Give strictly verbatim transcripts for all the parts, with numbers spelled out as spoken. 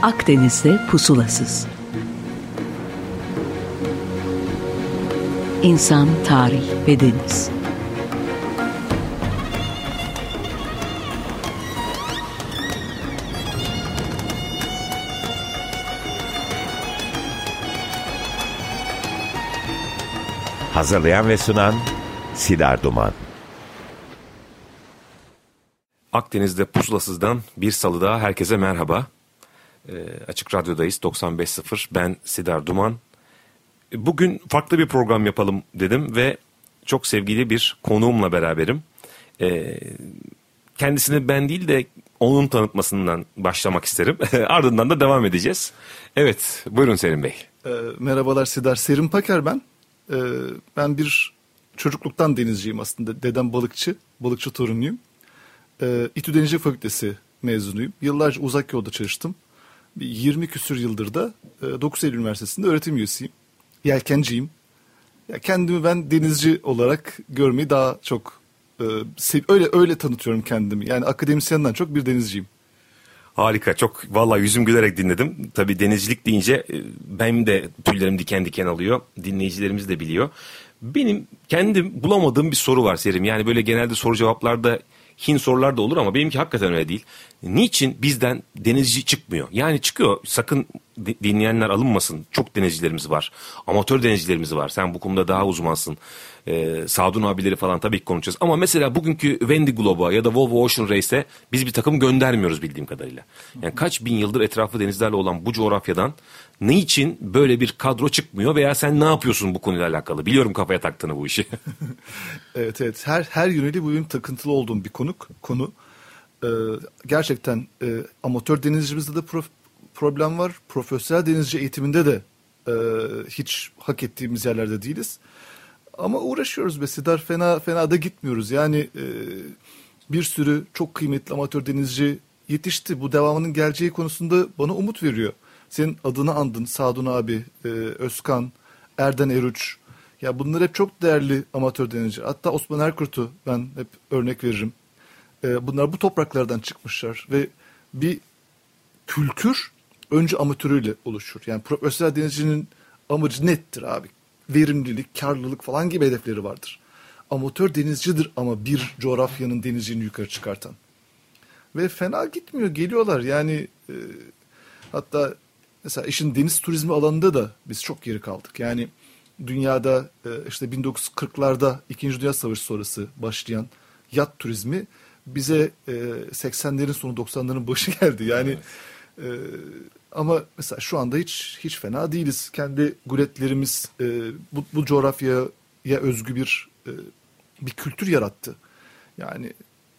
Akdeniz'de pusulasız. İnsan, tarih ve deniz. Hazırlayan ve sunan Sidar Duman. Akdeniz'de Pusulasız'dan bir salı daha herkese merhaba. E, Açık Radyo'dayız doksan beş nokta sıfır. Ben Sidar Duman. E, bugün farklı bir program yapalım dedim ve çok sevgili bir konuğumla beraberim. E, kendisini ben değil de onun tanıtmasından başlamak isterim. Ardından da devam edeceğiz. Evet, buyurun Selim Bey. E, merhabalar Sidar. Selim Paker ben. E, ben bir çocukluktan denizciyim aslında. Dedem balıkçı, balıkçı torunuyum. E, İTÜ Denizcilik Fakültesi mezunuyum. Yıllarca uzak yolda çalıştım. yirmi küsür yıldır da dokuz Eylül Üniversitesi'nde öğretim üyesiyim. Yelkenciyim. Ya kendimi ben denizci olarak görmeyi daha çok e, sev- öyle öyle tanıtıyorum kendimi. Yani akademisyenden çok bir denizciyim. Harika, çok vallahi yüzüm gülerek dinledim. Tabii denizcilik deyince benim de tüylerim diken diken alıyor. Dinleyicilerimiz de biliyor. Benim kendim bulamadığım bir soru var Serim. Yani böyle genelde soru cevaplarda hin sorular da olur ama benimki hakikaten öyle değil. Niçin bizden denizci çıkmıyor? Yani çıkıyor, sakın dinleyenler alınmasın. Çok denizcilerimiz var. Amatör denizcilerimiz var. Sen bu konuda daha uzmansın. Ee, Sadun abileri falan tabii ki konuşacağız. Ama mesela bugünkü Vendée Globe'a ya da Volvo Ocean Race'e biz bir takım göndermiyoruz bildiğim kadarıyla. Yani kaç bin yıldır etrafı denizlerle olan bu coğrafyadan niçin böyle bir kadro çıkmıyor veya sen ne yapıyorsun bu konuyla alakalı? Biliyorum kafaya taktığını bu işi. Evet evet. Her her yönüyle bu benim takıntılı olduğum bir konuk konu. Ee, gerçekten e, amatör denizcimizde de prof- problem var. Profesyonel denizci eğitiminde de e, hiç hak ettiğimiz yerlerde değiliz. Ama uğraşıyoruz be Sidar. Fena fena da gitmiyoruz. Yani e, bir sürü çok kıymetli amatör denizci yetişti. Bu devamının geleceği konusunda bana umut veriyor. Senin adını andın. Sadun abi, e, Özkan, Erden Eruç. Ya bunlar hep çok değerli amatör denizci. Hatta Osman Erkurt'u ben hep örnek veririm. E, bunlar bu topraklardan çıkmışlar ve bir kültür önce amatörüyle oluşur. Yani profesyonel denizcinin amacı nettir abi. Verimlilik, karlılık falan gibi hedefleri vardır. Amatör denizcidir ama bir coğrafyanın denizcini yukarı çıkartan. Ve fena gitmiyor, geliyorlar. Yani e, hatta mesela işin deniz turizmi alanında da biz çok geri kaldık. Yani dünyada e, işte bin dokuz yüz kırklarda İkinci Dünya Savaşı sonrası başlayan yat turizmi bize e, seksenlerin sonu doksanların başı geldi. Yani evet. e, ama mesela şu anda hiç hiç fena değiliz. Kendi guletlerimiz e, bu, bu coğrafyaya özgü bir e, bir kültür yarattı. Yani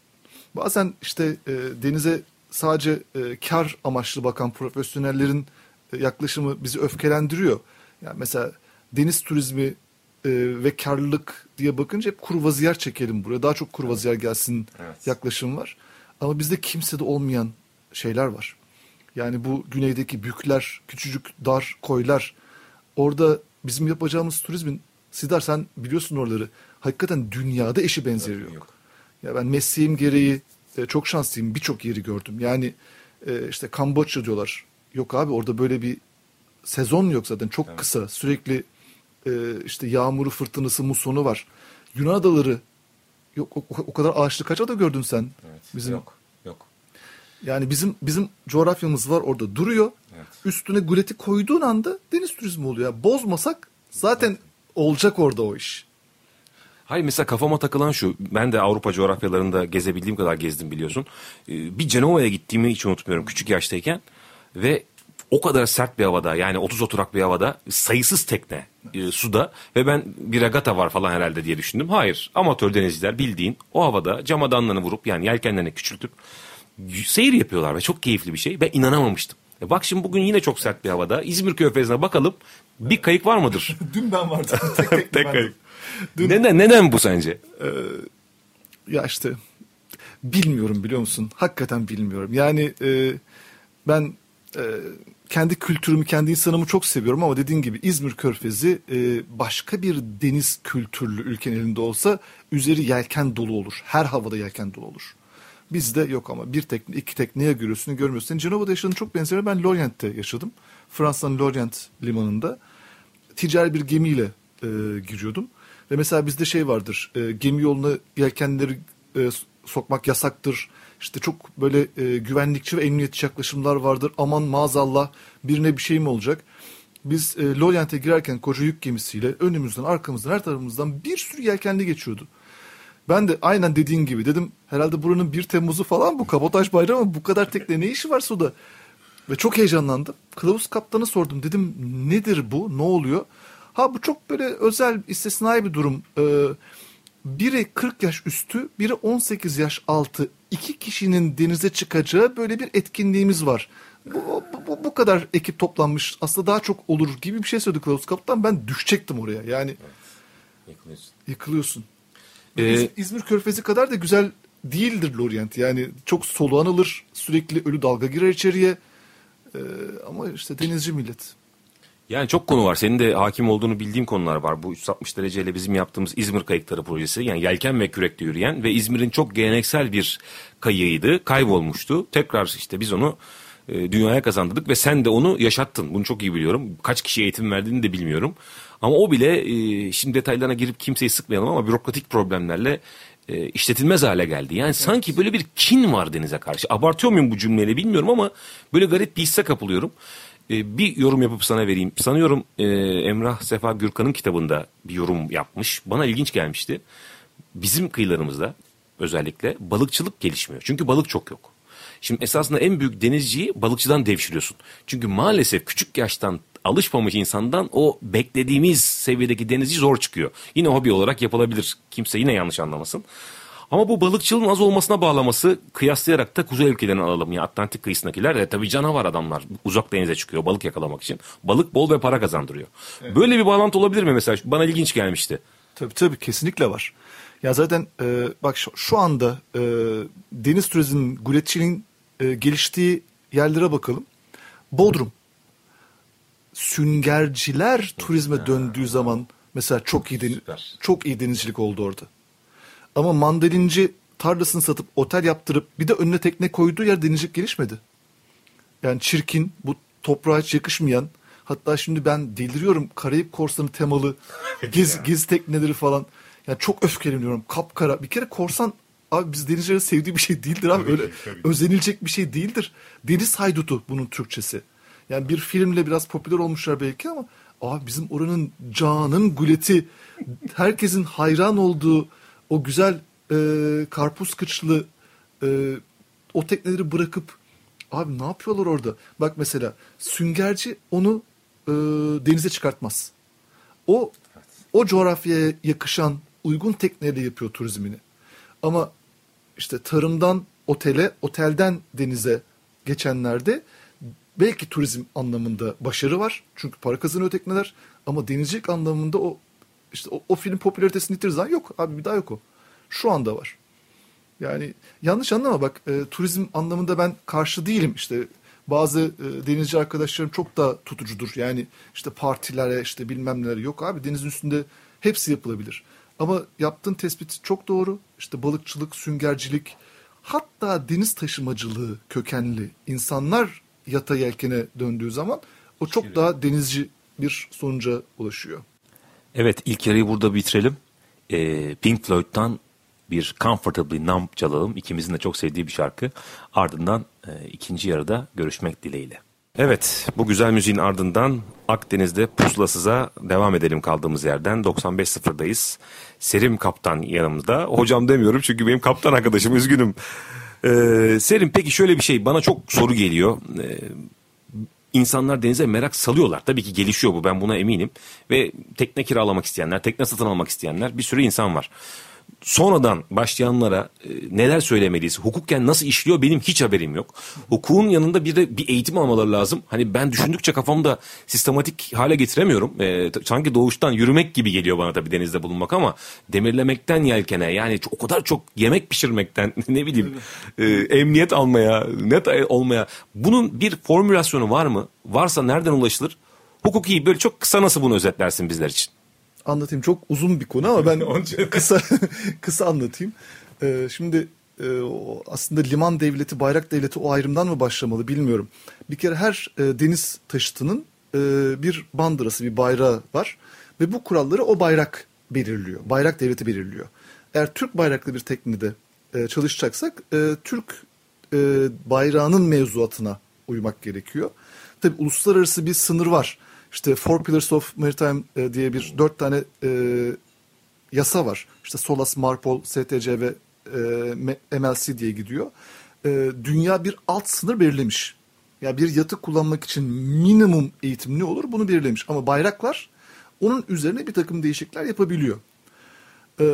bazen işte e, denize sadece e, kar amaçlı bakan profesyonellerin e, yaklaşımı bizi öfkelendiriyor. Yani mesela deniz turizmi e, ve karlılık diye bakınca hep kurvaziyer çekelim buraya. Daha çok kurvaziyer gelsin evet. yaklaşım var. Ama bizde kimsede olmayan şeyler var. Yani bu güneydeki bükler, küçücük dar koylar. Orada bizim yapacağımız turizmin, Sidar sen biliyorsun oraları, hakikaten dünyada eşi benzeri yok. yok. Ya ben mesleğim gereği e, çok şanslıyım, birçok yeri gördüm. Yani e, işte Kamboçya diyorlar. Yok abi orada böyle bir sezon yok zaten, çok evet. kısa. Sürekli e, işte yağmuru, fırtınası, musonu var. Yunan adaları, yok o, o kadar ağaçlı kaç ada gördün sen? Evet, bizim yok. Yok. Yani bizim bizim coğrafyamız var orada duruyor. Evet. Üstüne guleti koyduğun anda deniz turizmi oluyor. Yani bozmasak zaten evet. olacak orada o iş. Hayır, mesela kafama takılan şu. Ben de Avrupa coğrafyalarında gezebildiğim kadar gezdim biliyorsun. Bir Cenova'ya gittiğimi hiç unutmuyorum küçük yaştayken. Ve o kadar sert bir havada, yani otuz oturak bir havada, sayısız tekne e, suda ve ben bir regata var falan herhalde diye düşündüm. Hayır, amatör denizciler bildiğin o havada camadanlarını vurup yani yelkenlerini küçültüp seyir yapıyorlar ve çok keyifli bir şey. Ben inanamamıştım. E bak şimdi bugün yine çok sert bir havada İzmir Körfezi'ne bakalım, bir kayık var mıdır? Dün ben vardım. Tek, tek, tek kayık. Dün... Neden, neden bu sence? Ee, ya işte bilmiyorum, biliyor musun? Hakikaten bilmiyorum. Yani e, ben e, kendi kültürümü, kendi insanımı çok seviyorum ama dediğin gibi İzmir Körfezi e, başka bir deniz kültürlü ülkenin elinde olsa üzeri yelken dolu olur. Her havada yelken dolu olur. Bizde yok ama bir tekne, iki tekneye görüyorsun, görmüyorsun. Senin Cenova'da yaşadığın çok benzer. Ben Lorient'te yaşadım. Fransa'nın Lorient limanında. Ticari bir gemiyle e, giriyordum. Ve mesela bizde şey vardır. E, gemi yoluna yelkenleri e, sokmak yasaktır. İşte çok böyle e, güvenlikçi ve emniyetçi yaklaşımlar vardır. Aman maazallah birine bir şey mi olacak? Biz e, Lorient'e girerken koca yük gemisiyle önümüzden, arkamızdan, her tarafımızdan bir sürü yelkenli geçiyordu. Ben de aynen dediğin gibi dedim, herhalde buranın bir Temmuz'u falan bu, kabotaj bayramı, ama bu kadar tekne ne işi var suda? Ve çok heyecanlandım. Kılavuz kaptana sordum, dedim nedir bu, ne oluyor? Ha bu çok böyle özel, istisnai bir durum. Ee, biri kırk yaş üstü, biri on sekiz yaş altı, iki kişinin denize çıkacağı böyle bir etkinliğimiz var. Bu, bu, bu kadar ekip toplanmış, aslında daha çok olur gibi bir şey söyledi kılavuz kaptan. Ben düşecektim oraya yani. Evet. Yıkılıyorsun. Yıkılıyorsun. Ee, İzmir Körfezi kadar da güzel değildir Lorient. Yani çok soluğan alır, sürekli ölü dalga girer içeriye. Ee, ama işte denizci millet. Yani çok konu var. Senin de hakim olduğunu bildiğim konular var. Bu üç yüz altmış dereceyle bizim yaptığımız İzmir Kayıkları projesi. Yani yelken ve kürekle yürüyen ve İzmir'in çok geleneksel bir kayığıydı. Kaybolmuştu. Tekrar işte biz onu e, dünyaya kazandırdık ve sen de onu yaşattın. Bunu çok iyi biliyorum. Kaç kişiye eğitim verdiğini de bilmiyorum. Ama o bile e, şimdi detaylarına girip kimseyi sıkmayalım ama bürokratik problemlerle e, işletilmez hale geldi. Yani evet. Sanki böyle bir kin var denize karşı. Abartıyor muyum bu cümleyle bilmiyorum ama böyle garip bir hisse kapılıyorum. E, bir yorum yapıp sana vereyim. Sanıyorum e, Emrah Sefa Gürkan'ın kitabında bir yorum yapmış. Bana ilginç gelmişti. Bizim kıyılarımızda özellikle balıkçılık gelişmiyor. Çünkü balık çok yok. Şimdi esasında en büyük denizciyi balıkçıdan devşiriyorsun. Çünkü maalesef küçük yaştan alışmamış insandan o beklediğimiz seviyedeki denizci zor çıkıyor. Yine hobi olarak yapılabilir. Kimse yine yanlış anlamasın. Ama bu balıkçılığın az olmasına bağlaması, kıyaslayarak da kuzey ülkelerini alalım. Ya Atlantik kıyısındakiler de tabii canavar adamlar. Uzak denize çıkıyor balık yakalamak için. Balık bol ve para kazandırıyor. Evet. Böyle bir bağlantı olabilir mi mesela? Bana ilginç gelmişti. Tabii tabii kesinlikle var. Ya zaten e, bak şu, şu anda e, deniz turizminin, guletçiliğin e, geliştiği yerlere bakalım. Bodrum. Süngerciler turizme ha. döndüğü zaman mesela çok iyi deniz, çok iyi denizcilik oldu orada. Ama mandalinci tarlasını satıp otel yaptırıp bir de önüne tekne koyduğu yer denizcilik gelişmedi. Yani çirkin, bu toprağa hiç yakışmayan, hatta şimdi ben deliriyorum, Karayip korsanı temalı gez, gezi tekneleri falan. Yani çok öfkeleniyorum, kapkara. Bir kere korsan, abi biz denizcilerin sevdiği bir şey değildir abi. Öyle özenilecek bir şey değildir. Deniz haydutu bunun Türkçesi. Yani bir filmle biraz popüler olmuşlar belki ama abi bizim oranın canın guleti, herkesin hayran olduğu o güzel e, karpuz kıçlı e, o tekneleri bırakıp abi ne yapıyorlar orada? Bak mesela süngerci onu e, denize çıkartmaz. O o coğrafyaya yakışan uygun tekneyle yapıyor turizmini. Ama işte tarımdan otele, otelden denize geçenlerde belki turizm anlamında başarı var. Çünkü para kazanıyor tekneler. Ama denizcilik anlamında o işte o, o film popülaritesini yitirdiği zaman yok. Abi bir daha yok o. Şu anda var. Yani yanlış anlama bak e, turizm anlamında ben karşı değilim. İşte bazı e, denizci arkadaşlarım çok da tutucudur. Yani işte partilere işte bilmem neler yok abi. Denizin üstünde hepsi yapılabilir. Ama yaptığın tespit çok doğru. İşte balıkçılık, süngercilik, hatta deniz taşımacılığı kökenli insanlar yata yelkene döndüğü zaman o çok evet. daha denizci bir sonuca ulaşıyor. Evet, ilk yarıyı burada bitirelim. Ee, Pink Floyd'dan bir Comfortably Numb çalalım. İkimizin de çok sevdiği bir şarkı. Ardından e, ikinci yarıda görüşmek dileğiyle. Evet, bu güzel müziğin ardından Akdeniz'de Pusulasız'a devam edelim kaldığımız yerden. doksan beş sıfırdayız. Serim Kaptan yanımızda. Hocam demiyorum çünkü benim kaptan arkadaşım, üzgünüm. Ee, Serim, peki şöyle bir şey, bana çok soru geliyor. Ee, insanlar denize merak salıyorlar. Tabii ki gelişiyor bu, ben buna eminim. Ve tekne kiralamak isteyenler, tekne satın almak isteyenler bir sürü insan var. Sonradan başlayanlara e, neler söylemeliyiz? Hukukken nasıl işliyor benim hiç haberim yok. Hukukun yanında bir de bir eğitim almaları lazım. Hani ben düşündükçe kafamda sistematik hale getiremiyorum. E, sanki doğuştan yürümek gibi geliyor bana tabii denizde bulunmak ama demirlemekten yelkene, yani o kadar çok yemek pişirmekten ne bileyim e, emniyet almaya, net olmaya, bunun bir formülasyonu var mı? Varsa nereden ulaşılır? Hukuki böyle çok kısa nasıl bunu özetlersin bizler için? Anlatayım, çok uzun bir konu ama ben kısa kısa anlatayım. Ee, şimdi e, o aslında liman devleti, bayrak devleti o ayrımdan mı başlamalı bilmiyorum. Bir kere her e, deniz taşıtının e, bir bandırası, bir bayrağı var ve bu kuralları o bayrak belirliyor. Bayrak devleti belirliyor. Eğer Türk bayraklı bir teknede e, çalışacaksak e, Türk e, bayrağının mevzuatına uymak gerekiyor. Tabii uluslararası bir sınır var. İşte Four Pillars of Maritime e, diye bir dört tane e, yasa var. İşte SOLAS, MARPOL, S T C ve e, M L C diye gidiyor. E, dünya bir alt sınır belirlemiş. Yani bir yatı kullanmak için minimum eğitim ne olur bunu belirlemiş. Ama bayraklar onun üzerine bir takım değişiklikler yapabiliyor. E,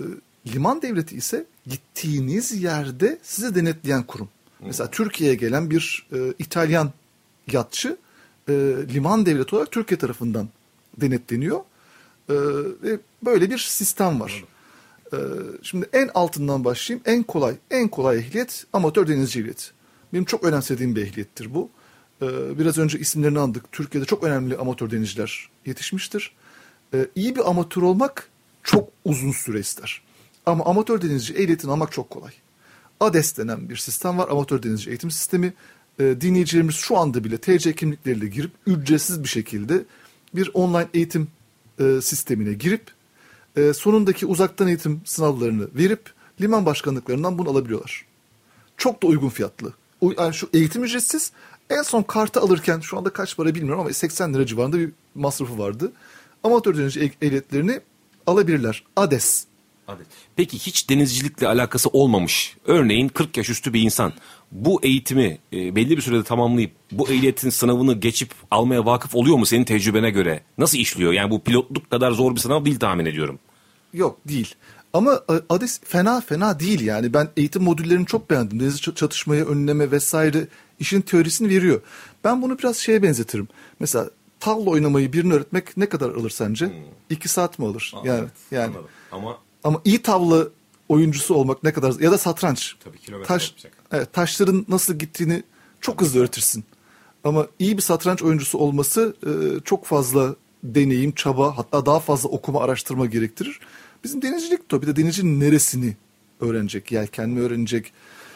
liman devleti ise gittiğiniz yerde size denetleyen kurum. Mesela Türkiye'ye gelen bir e, İtalyan yatçı e, liman devleti olarak Türkiye tarafından denetleniyor. E, ve böyle bir sistem var. E, şimdi en altından başlayayım. En kolay, en kolay ehliyet amatör denizci ehliyeti. Benim çok önemsediğim bir ehliyettir bu. E, biraz önce isimlerini andık. Türkiye'de çok önemli amatör denizciler yetişmiştir. E, iyi bir amatör olmak çok uzun süre ister. Ama amatör denizci ehliyetini almak çok kolay. A D E S denen bir sistem var. Amatör denizci eğitim sistemi. E, dinleyicilerimiz şu anda bile T C kimlikleriyle girip ücretsiz bir şekilde bir online eğitim e, sistemine girip e, sonundaki uzaktan eğitim sınavlarını verip liman başkanlıklarından bunu alabiliyorlar. Çok da uygun fiyatlı. O, yani şu eğitim ücretsiz. En son kartı alırken şu anda kaç para bilmiyorum ama seksen lira civarında bir masrafı vardı. Amatör denizci ehliyetlerini alabilirler. A D E S. Peki hiç denizcilikle alakası olmamış, örneğin kırk yaş üstü bir insan bu eğitimi e, belli bir sürede tamamlayıp bu ehliyetin sınavını geçip almaya vakıf oluyor mu senin tecrübene göre? Nasıl işliyor? Yani bu pilotluk kadar zor bir sınav değil tahmin ediyorum. Yok değil. Ama A D E S fena fena değil yani. Ben eğitim modüllerini çok beğendim. Deniz çatışmayı önleme vesaire işin teorisini veriyor. Ben bunu biraz şeye benzetirim. Mesela tavla oynamayı birine öğretmek ne kadar alır sence? Hmm. İki saat mi alır? Aa, yani evet, yani. Anladım. Ama Ama iyi tavla oyuncusu olmak ne kadar, ya da satranç. Tabii kilometre Taş, evet, taşların nasıl gittiğini çok hızlı öğretirsin. Ama iyi bir satranç oyuncusu olması e, çok fazla deneyim, çaba, hatta daha fazla okuma, araştırma gerektirir. Bizim denizcilik de o. Bir de denizcinin neresini öğrenecek, yelkenli öğrenecek.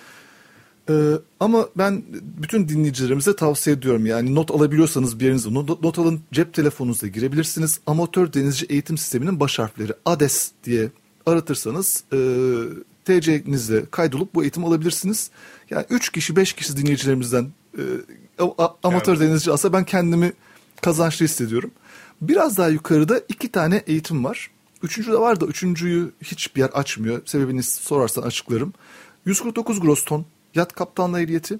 E, ama ben bütün dinleyicilerimize tavsiye ediyorum. Yani not alabiliyorsanız bir yerinize not, not alın, cep telefonunuzla girebilirsiniz. Amatör denizci eğitim sisteminin baş harfleri A D E S diye aratırsanız e, T C'nizle kaydolup bu eğitimi alabilirsiniz. Yani üç kişi beş kişi dinleyicilerimizden e, a, amatör yani. denizci alsa ben kendimi kazançlı hissediyorum. Biraz daha yukarıda iki tane eğitim var. Üçüncü de var da üçüncüyü hiçbir yer açmıyor. Sebebini sorarsan açıklarım. yüz kırk dokuz gross ton yat kaptanlığı ehliyeti.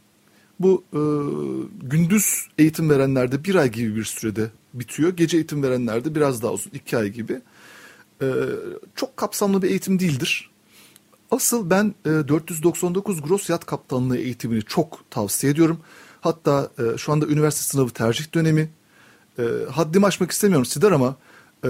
Bu e, gündüz eğitim verenlerde bir ay gibi bir sürede bitiyor. Gece eğitim verenlerde biraz daha uzun, iki ay gibi. Ee, çok kapsamlı bir eğitim değildir. Asıl ben e, dört yüz doksan dokuz gross yat kaptanlığı eğitimini çok tavsiye ediyorum. Hatta e, şu anda üniversite sınavı tercih dönemi. E, haddimi aşmak istemiyorum Sidar ama e,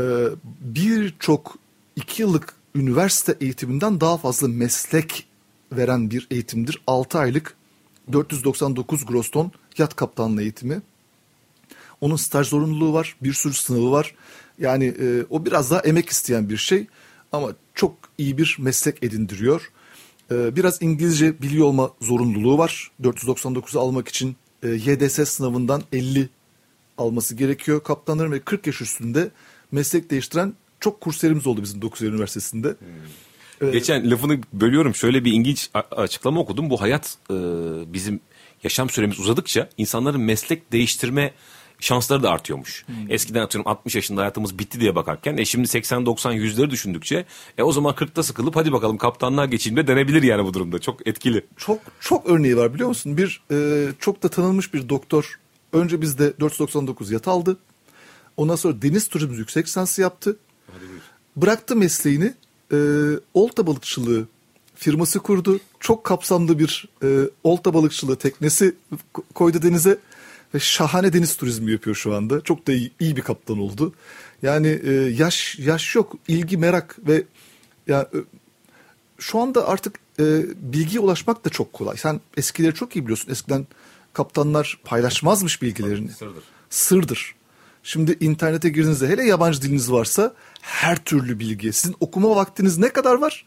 birçok iki yıllık üniversite eğitiminden daha fazla meslek veren bir eğitimdir. altı aylık dört yüz doksan dokuz gross ton yat kaptanlığı eğitimi. Onun staj zorunluluğu var, bir sürü sınavı var. Yani e, o biraz daha emek isteyen bir şey ama çok iyi bir meslek edindiriyor. E, biraz İngilizce biliyor olma zorunluluğu var. dört yüz doksan dokuzu almak için e, Y D S sınavından elli alması gerekiyor. Kaptanların ve kırk yaş üstünde meslek değiştiren çok kurslarımız oldu bizim dokuz Eylül Üniversitesi'nde. Hmm. Ee, Geçen lafını bölüyorum, şöyle bir ilginç açıklama okudum. Bu hayat e, bizim yaşam süremiz uzadıkça insanların meslek değiştirme şansları da artıyormuş. Hmm. Eskiden atıyorum altmış yaşında hayatımız bitti diye bakarken e şimdi seksen doksan yüzleri düşündükçe e o zaman kırkta sıkılıp hadi bakalım kaptanlığa geçeyim de denebilir yani bu durumda. Çok etkili. Çok çok örneği var biliyor musun? Bir e, çok da tanınmış bir doktor önce bizde dört yüz doksan dokuz yat aldı. Ondan sonra deniz turizmi yüksek lisansı yaptı. Bıraktı mesleğini. E, olta balıkçılığı firması kurdu. Çok kapsamlı bir e, olta balıkçılığı teknesi koydu denize. Ve şahane deniz turizmi yapıyor şu anda. Çok da iyi, iyi bir kaptan oldu. Yani e, yaş yaş yok, ilgi, merak ve ya e, şu anda artık e, bilgiye ulaşmak da çok kolay. Sen eskileri çok iyi biliyorsun. Eskiden kaptanlar paylaşmazmış bilgilerini. Sırdır. Sırdır. Şimdi internete girdiğinizde hele yabancı diliniz varsa her türlü bilgi. Sizin okuma vaktiniz ne kadar var?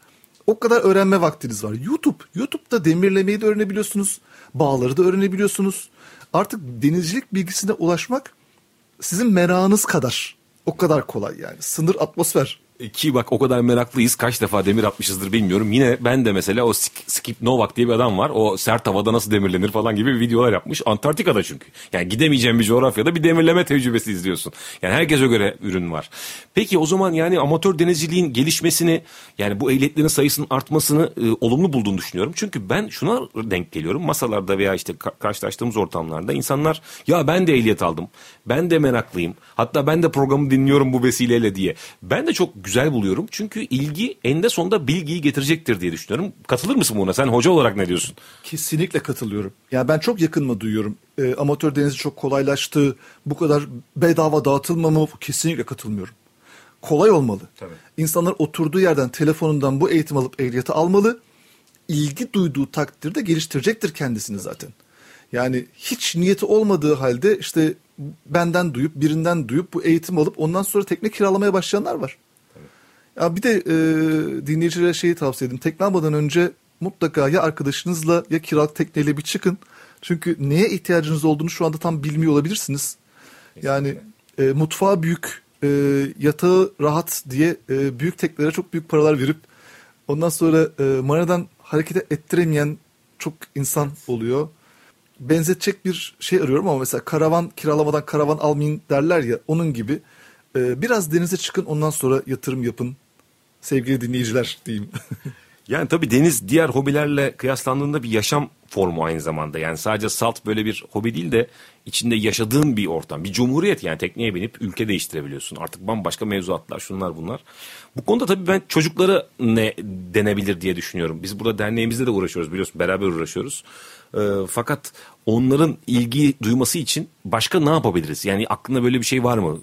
O kadar öğrenme vaktiniz var. YouTube, YouTube'da demirlemeyi de öğrenebiliyorsunuz. Bağları da öğrenebiliyorsunuz. Artık denizcilik bilgisine ulaşmak sizin merakınız kadar. O kadar kolay yani. Sınır atmosfer. Ki bak o kadar meraklıyız. Kaç defa demir atmışızdır bilmiyorum. Yine ben de mesela o Skip Novak diye bir adam var. O sert havada nasıl demirlenir falan gibi videolar yapmış. Antarktika'da çünkü. Yani gidemeyeceğin bir coğrafyada bir demirleme tecrübesi izliyorsun. Yani herkese göre ürün var. Peki o zaman yani amatör denizciliğin gelişmesini, yani bu ehliyetlerin sayısının artmasını e, olumlu bulduğunu düşünüyorum. Çünkü ben şuna denk geliyorum. Masalarda veya işte ka- karşılaştığımız ortamlarda insanlar ya ben de ehliyet aldım. Ben de meraklıyım. Hatta ben de programı dinliyorum bu vesileyle diye. Ben de çok güzel buluyorum. Çünkü ilgi eninde sonunda bilgiyi getirecektir diye düşünüyorum. Katılır mısın buna? Sen hoca olarak ne diyorsun? Kesinlikle katılıyorum. Yani ben çok yakınma duyuyorum. E, amatör denizci çok kolaylaştı. Bu kadar bedava dağıtılmamı kesinlikle katılmıyorum. Kolay olmalı. Tabii. İnsanlar oturduğu yerden telefonundan bu eğitim alıp ehliyeti almalı. İlgi duyduğu takdirde geliştirecektir kendisini zaten. Yani hiç niyeti olmadığı halde işte benden duyup birinden duyup bu eğitim alıp ondan sonra tekne kiralamaya başlayanlar var. Ya bir de e, dinleyicilere şeyi tavsiye edeyim. Tekne almadan önce mutlaka ya arkadaşınızla ya kiralık tekneyle bir çıkın. Çünkü neye ihtiyacınız olduğunu şu anda tam bilmiyor olabilirsiniz. Yani e, mutfağı büyük, e, yatağı rahat diye e, büyük teknelere çok büyük paralar verip ondan sonra e, maradan hareket ettiremeyen çok insan oluyor. Benzetecek bir şey arıyorum ama mesela karavan kiralamadan karavan almayın derler ya, onun gibi. E, biraz denize çıkın, ondan sonra yatırım yapın. Sevgili dinleyiciler diyeyim. Yani tabii deniz diğer hobilerle kıyaslandığında bir yaşam formu aynı zamanda. Yani sadece salt böyle bir hobi değil de içinde yaşadığın bir ortam. Bir cumhuriyet, yani tekneye binip ülke değiştirebiliyorsun. Artık bambaşka mevzuatlar, şunlar bunlar. Bu konuda tabii ben çocuklara ne denebilir diye düşünüyorum. Biz burada derneğimizde de uğraşıyoruz, biliyorsun, beraber uğraşıyoruz. Ee, fakat onların ilgi duyması için başka ne yapabiliriz? Yani aklında böyle bir şey var mı?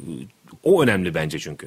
O önemli bence çünkü.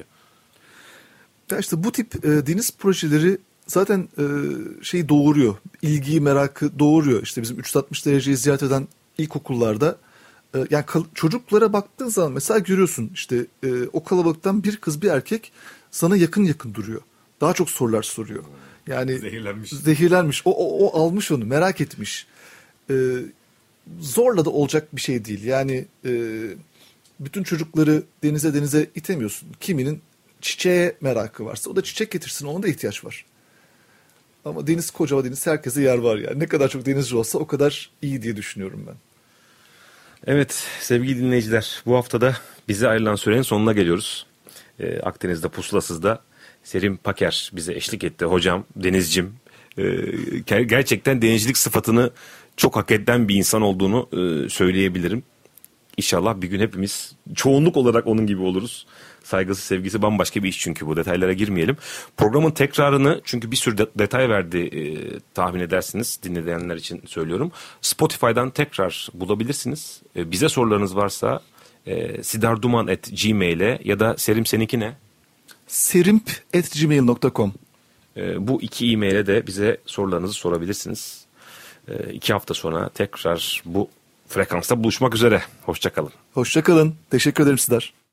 Ya işte bu tip e, deniz projeleri zaten e, şeyi doğuruyor. İlgiyi, merakı doğuruyor. İşte bizim üç yüz altmış dereceyi ziyaret eden ilkokullarda e, yani kal- çocuklara baktığın zaman mesela görüyorsun işte e, o kalabalıktan bir kız bir erkek sana yakın yakın duruyor. Daha çok sorular soruyor. Yani Zehirlenmiş. Zehirlenmiş. O, o, o almış onu, merak etmiş. E, zorla da olacak bir şey değil. Yani e, bütün çocukları denize denize itemiyorsun. Kiminin çiçeğe merakı varsa o da çiçek getirsin, ona da ihtiyaç var. Ama deniz kocaman deniz, herkese yer var yani. Ne kadar çok denizci olsa o kadar iyi diye düşünüyorum ben. Evet sevgili dinleyiciler, bu haftada bize ayrılan sürenin sonuna geliyoruz. Ee, Akdeniz'de Pusulasız'da Serim Paker bize eşlik etti. Hocam, denizcim. Ee, gerçekten denizcilik sıfatını çok hak eden bir insan olduğunu e, söyleyebilirim. İnşallah bir gün hepimiz çoğunluk olarak onun gibi oluruz. Saygısı, sevgisi bambaşka bir iş çünkü bu. Detaylara girmeyelim. Programın tekrarını, çünkü bir sürü de, detay verdi e, tahmin edersiniz. Dinleyenler için söylüyorum. Spotify'dan tekrar bulabilirsiniz. E, bize sorularınız varsa e, sidarduman at gmail'e ya da Serim seninki ne? serimp at gmail nokta com. E, bu iki e-mail'e de bize sorularınızı sorabilirsiniz. E, iki hafta sonra tekrar bu frekansta buluşmak üzere. Hoşça kalın. Hoşça kalın. Teşekkür ederim Sidar.